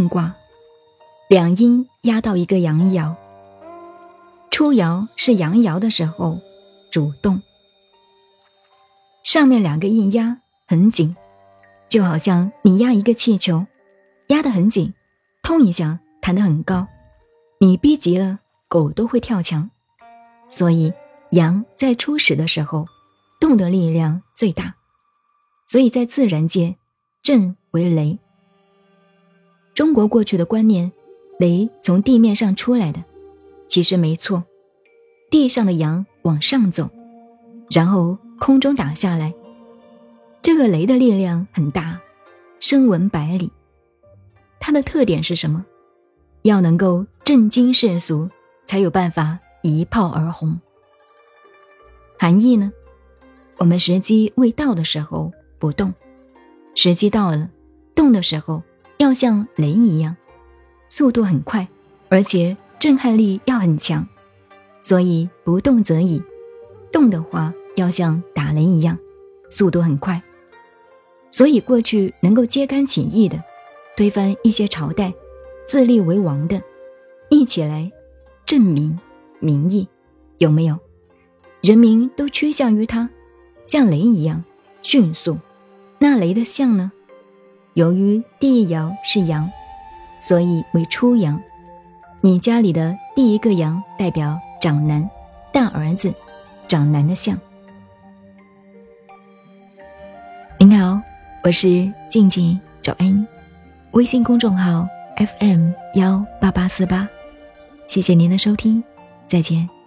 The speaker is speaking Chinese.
卦，两阴压到一个阳爻。初爻是阳爻的时候，主动。上面两个阴压很紧，就好像你压一个气球，压得很紧，通一下弹得很高，你逼急了，狗都会跳墙。所以阳在初始的时候，动的力量最大，所以在自然界，震为雷。中国过去的观念，雷从地面上出来的，其实没错。地上的阳往上走，然后空中打下来，这个雷的力量很大，声闻百里。它的特点是什么？要能够震惊世俗，才有办法一炮而红。含义呢？我们时机未到的时候不动，时机到了，动的时候要像雷一样，速度很快，而且震撼力要很强。所以不动则已，动的话要像打雷一样，速度很快。所以过去能够揭竿起义的，推翻一些朝代，自立为王的，一起来振民民意，有没有？人民都趋向于他，像雷一样迅速。那雷的象呢？由于第一爻是阳，所以为初阳。你家里的第一个阳代表长男，大儿子，长男的象。您好，我是静静找恩，微信公众号 FM18848，谢谢您的收听，再见。